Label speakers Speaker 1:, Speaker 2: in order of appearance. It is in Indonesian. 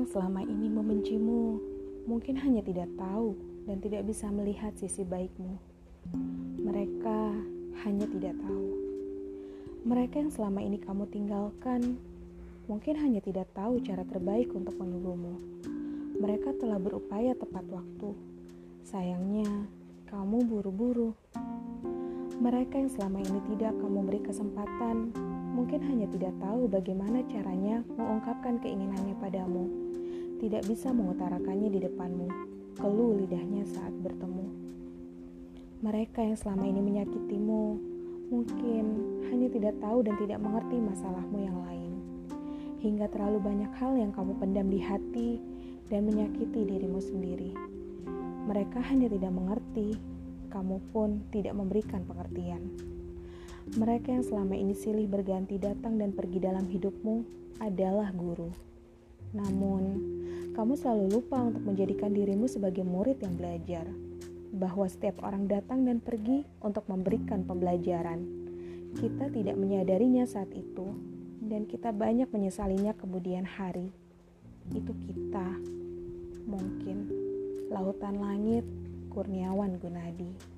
Speaker 1: selama ini membencimu mungkin hanya tidak tahu dan tidak bisa melihat sisi baikmu. Mereka hanya tidak tahu. Mereka yang selama ini kamu tinggalkan mungkin hanya tidak tahu cara terbaik untuk menunggumu. Mereka telah berupaya tepat waktu. Sayangnya, kamu buru-buru. Mereka yang selama ini tidak kamu beri kesempatan mungkin hanya tidak tahu bagaimana caranya mengungkapkan keinginannya padamu. Tidak bisa mengutarakannya di depanmu, keluh lidahnya saat bertemu. Mereka yang selama ini menyakitimu mungkin hanya tidak tahu dan tidak mengerti masalahmu yang lain. Hingga terlalu banyak hal yang kamu pendam di hati dan menyakiti dirimu sendiri. Mereka hanya tidak mengerti, kamu pun tidak memberikan pengertian. Mereka yang selama ini silih berganti datang dan pergi dalam hidupmu adalah guru. Namun, kamu selalu lupa untuk menjadikan dirimu sebagai murid yang belajar, bahwa setiap orang datang dan pergi untuk memberikan pembelajaran. Kita tidak menyadarinya saat itu, dan kita banyak menyesalinya kemudian hari. Itu kita, mungkin. Lautan Langit, Kurniawan Gunadi.